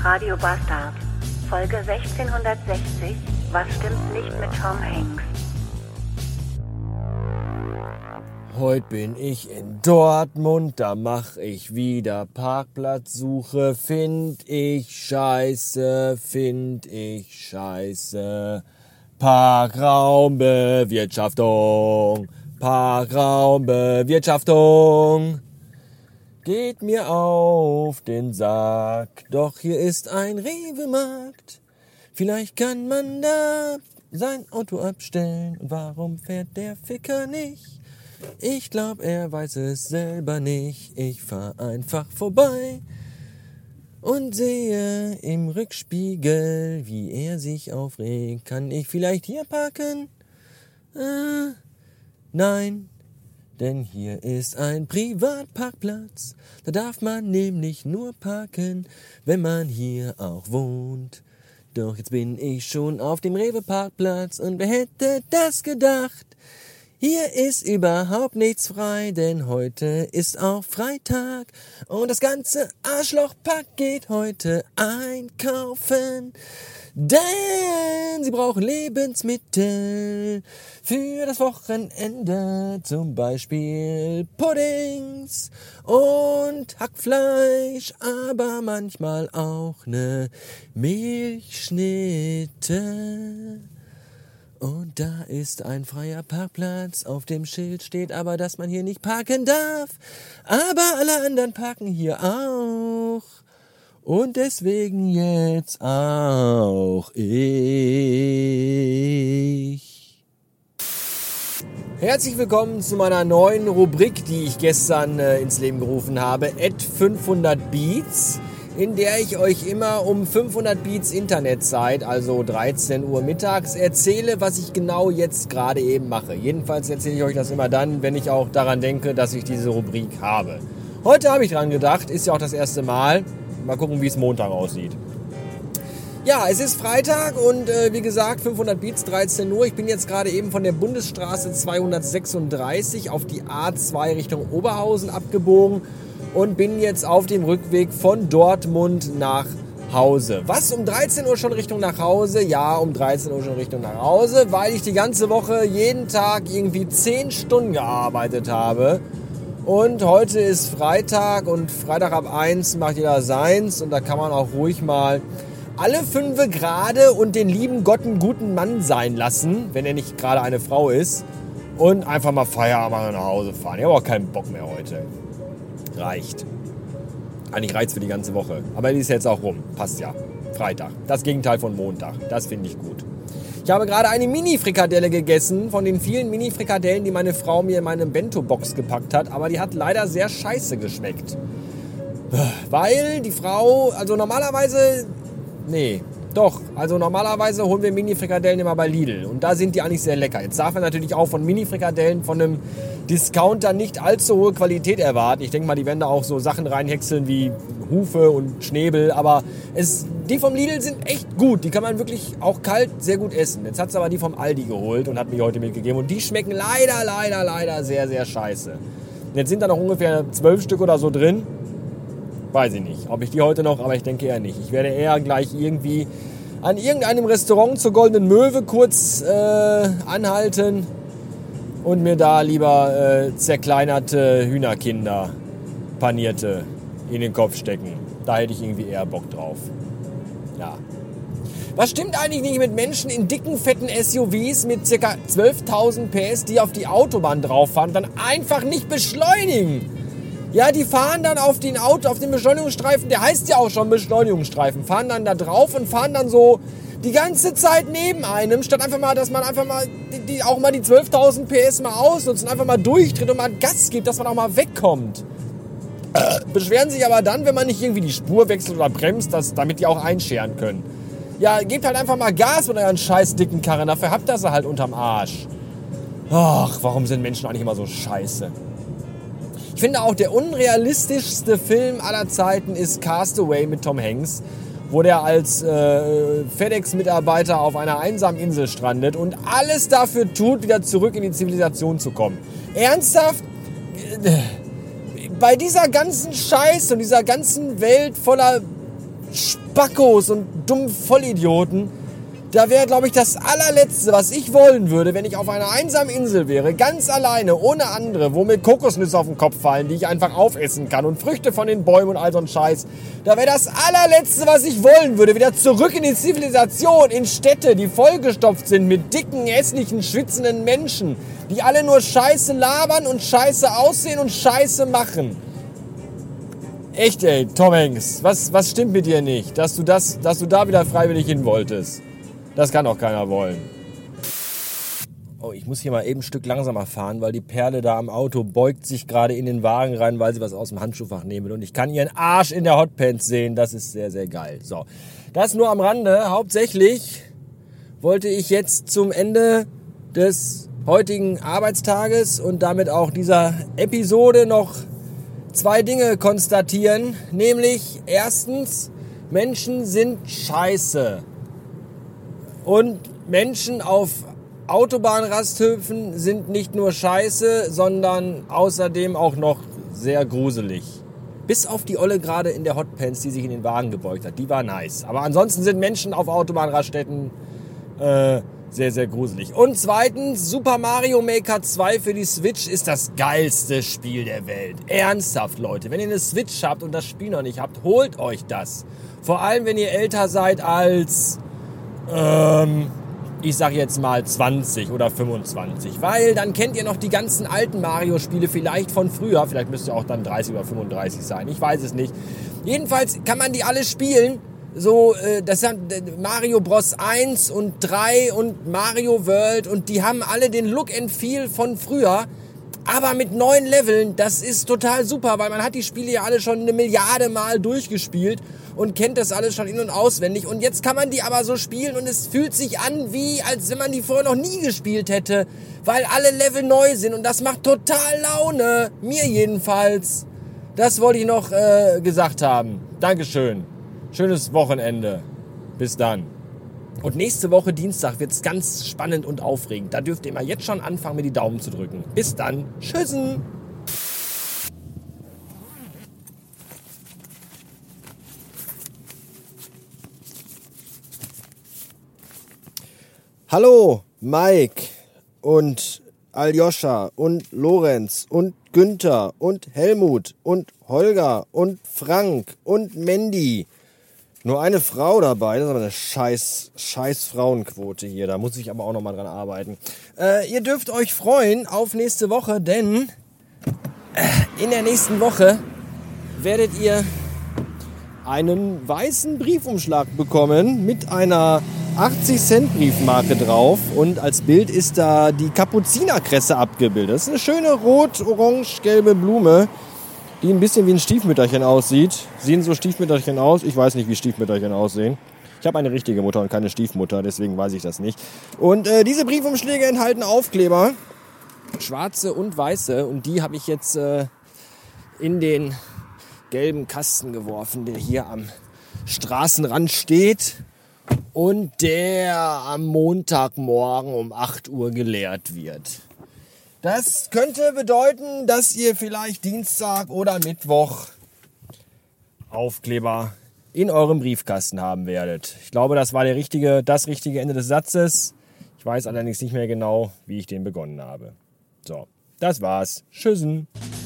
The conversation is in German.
Radio Bastard. Folge 1660. Was stimmt nicht mit Tom Hanks? Heute bin ich in Dortmund, da mach ich wieder Parkplatzsuche. Find ich scheiße. Parkraumbewirtschaftung. Geht mir auf den Sack, doch hier ist ein Rewe-Markt. Vielleicht kann man da sein Auto abstellen. Und warum fährt der Ficker nicht? Ich glaub, er weiß es selber nicht. Ich fahr einfach vorbei und sehe im Rückspiegel, wie er sich aufregt. Kann ich vielleicht hier parken? Nein. Denn hier ist ein Privatparkplatz, da darf man nämlich nur parken, wenn man hier auch wohnt. Doch jetzt bin ich schon auf dem Rewe-Parkplatz und wer hätte das gedacht? Hier ist überhaupt nichts frei, denn heute ist auch Freitag und das ganze Arschlochpack geht heute einkaufen. Denn sie brauchen Lebensmittel für das Wochenende, zum Beispiel Puddings und Hackfleisch, aber manchmal auch ne Milchschnitte. Und da ist ein freier Parkplatz, auf dem Schild steht aber, dass man hier nicht parken darf, aber alle anderen parken hier auch. Und deswegen jetzt auch ich. Herzlich willkommen zu meiner neuen Rubrik, die ich gestern ins Leben gerufen habe, @500beats, in der ich euch immer um 500 Beats Internetzeit, also 13 Uhr mittags, erzähle, was ich genau jetzt gerade eben mache. Jedenfalls erzähle ich euch das immer dann, wenn ich auch daran denke, dass ich diese Rubrik habe. Heute habe ich dran gedacht, ist ja auch das erste Mal. Mal gucken, wie es Montag aussieht. Ja, es ist Freitag und wie gesagt 500 Beats, 13 Uhr. Ich bin jetzt gerade eben von der Bundesstraße 236 auf die A2 Richtung Oberhausen abgebogen und bin jetzt auf dem Rückweg von Dortmund nach Hause. Was, um 13 Uhr schon Richtung nach Hause? Ja, um 13 Uhr schon Richtung nach Hause, weil ich die ganze Woche jeden Tag irgendwie 10 Stunden gearbeitet habe. Und heute ist Freitag und Freitag ab 1 macht jeder seins und da kann man auch ruhig mal alle 5 gerade und den lieben Gott einen guten Mann sein lassen, wenn er nicht gerade eine Frau ist, und einfach mal Feierabend nach Hause fahren. Ich habe auch keinen Bock mehr heute. Reicht. Eigentlich reicht's für die ganze Woche. Aber die ist jetzt auch rum. Passt ja. Freitag. Das Gegenteil von Montag. Das finde ich gut. Ich habe gerade eine Mini-Frikadelle gegessen, von den vielen Mini-Frikadellen, die meine Frau mir in meine Bento-Box gepackt hat. Aber die hat leider sehr scheiße geschmeckt. Weil die Frau, normalerweise holen wir Mini-Frikadellen immer bei Lidl. Und da sind die eigentlich sehr lecker. Jetzt darf man natürlich auch von Mini-Frikadellen von einem Discounter nicht allzu hohe Qualität erwarten. Ich denke mal, die werden da auch so Sachen reinhäckseln wie Hufe und Schnäbel. Aber die vom Lidl sind echt gut. Die kann man wirklich auch kalt sehr gut essen. Jetzt hat sie aber die vom Aldi geholt und hat mir heute mitgegeben. Und die schmecken leider sehr, sehr scheiße. Und jetzt sind da noch ungefähr 12 Stück oder so drin. Weiß ich nicht, ob ich die heute noch, aber ich denke eher nicht. Ich werde eher gleich irgendwie an irgendeinem Restaurant zur Goldenen Möwe kurz anhalten und mir da lieber zerkleinerte Hühnerkinder, panierte, in den Kopf stecken. Da hätte ich irgendwie eher Bock drauf. Ja. Was stimmt eigentlich nicht mit Menschen in dicken, fetten SUVs mit ca. 12.000 PS, die auf die Autobahn drauf fahren, dann einfach nicht beschleunigen? Ja, die fahren dann auf den Beschleunigungsstreifen, der heißt ja auch schon Beschleunigungsstreifen, fahren dann da drauf und fahren dann so die ganze Zeit neben einem, statt einfach mal, dass man einfach mal die 12.000 PS mal ausnutzt und einfach mal durchtritt und mal Gas gibt, dass man auch mal wegkommt. Beschweren sich aber dann, wenn man nicht irgendwie die Spur wechselt oder bremst, damit die auch einscheren können. Ja, gebt halt einfach mal Gas mit euren scheiß dicken Karren, dafür habt ihr sie halt unterm Arsch. Ach, warum sind Menschen eigentlich immer so scheiße? Ich finde auch, der unrealistischste Film aller Zeiten ist Castaway mit Tom Hanks, wo der als FedEx-Mitarbeiter auf einer einsamen Insel strandet und alles dafür tut, wieder zurück in die Zivilisation zu kommen. Ernsthaft? Bei dieser ganzen Scheiße und dieser ganzen Welt voller Spackos und dummen Vollidioten. Da wäre, glaube ich, das allerletzte, was ich wollen würde, wenn ich auf einer einsamen Insel wäre, ganz alleine, ohne andere, wo mir Kokosnüsse auf den Kopf fallen, die ich einfach aufessen kann und Früchte von den Bäumen und all so ein Scheiß. Da wäre das allerletzte, was ich wollen würde, wieder zurück in die Zivilisation, in Städte, die vollgestopft sind mit dicken, hässlichen, schwitzenden Menschen, die alle nur Scheiße labern und Scheiße aussehen und Scheiße machen. Echt, ey, Tom Hanks, was stimmt mit dir nicht, dass du da wieder freiwillig hin wolltest? Das kann doch keiner wollen. Oh, ich muss hier mal eben ein Stück langsamer fahren, weil die Perle da am Auto beugt sich gerade in den Wagen rein, weil sie was aus dem Handschuhfach nehmen will. Und ich kann ihren Arsch in der Hotpants sehen. Das ist sehr, sehr geil. So, das nur am Rande. Hauptsächlich wollte ich jetzt zum Ende des heutigen Arbeitstages und damit auch dieser Episode noch 2 Dinge konstatieren. Nämlich, erstens, Menschen sind scheiße. Und Menschen auf Autobahnrasthöfen sind nicht nur scheiße, sondern außerdem auch noch sehr gruselig. Bis auf die Olle gerade in der Hotpants, die sich in den Wagen gebeugt hat. Die war nice. Aber ansonsten sind Menschen auf Autobahnraststätten sehr, sehr gruselig. Und zweitens, Super Mario Maker 2 für die Switch ist das geilste Spiel der Welt. Ernsthaft, Leute. Wenn ihr eine Switch habt und das Spiel noch nicht habt, holt euch das. Vor allem, wenn ihr älter seid als... ich sag jetzt mal 20 oder 25, weil dann kennt ihr noch die ganzen alten Mario-Spiele vielleicht von früher, vielleicht müsst ihr auch dann 30 oder 35 sein, ich weiß es nicht. Jedenfalls kann man die alle spielen, so, das sind Mario Bros. 1 und 3 und Mario World und die haben alle den Look and Feel von früher, aber mit neuen Leveln, das ist total super, weil man hat die Spiele ja alle schon 1 Milliarde Mal durchgespielt und kennt das alles schon in- und auswendig. Und jetzt kann man die aber so spielen und es fühlt sich an, wie als wenn man die vorher noch nie gespielt hätte, weil alle Level neu sind und das macht total Laune. Mir jedenfalls. Das wollte ich noch gesagt haben. Dankeschön. Schönes Wochenende. Bis dann. Und nächste Woche Dienstag wird's ganz spannend und aufregend. Da dürft ihr mal jetzt schon anfangen, mir die Daumen zu drücken. Bis dann. Tschüssen. Hallo, Mike und Aljoscha und Lorenz und Günther und Helmut und Holger und Frank und Mandy. Nur eine Frau dabei, das ist aber eine scheiß Frauenquote hier, da muss ich aber auch nochmal dran arbeiten. Ihr dürft euch freuen auf nächste Woche, denn in der nächsten Woche werdet ihr einen weißen Briefumschlag bekommen mit einer 80-Cent-Briefmarke drauf und als Bild ist da die Kapuzinerkresse abgebildet. Das ist eine schöne rot-orange-gelbe Blume, die ein bisschen wie ein Stiefmütterchen aussieht. Sehen so Stiefmütterchen aus? Ich weiß nicht, wie Stiefmütterchen aussehen. Ich habe eine richtige Mutter und keine Stiefmutter, deswegen weiß ich das nicht. Und diese Briefumschläge enthalten Aufkleber, schwarze und weiße, und die habe ich jetzt in den gelben Kasten geworfen, der hier am Straßenrand steht und der am Montagmorgen um 8 Uhr geleert wird. Das könnte bedeuten, dass ihr vielleicht Dienstag oder Mittwoch Aufkleber in eurem Briefkasten haben werdet. Ich glaube, das war das richtige Ende des Satzes. Ich weiß allerdings nicht mehr genau, wie ich den begonnen habe. So, das war's. Tschüssen.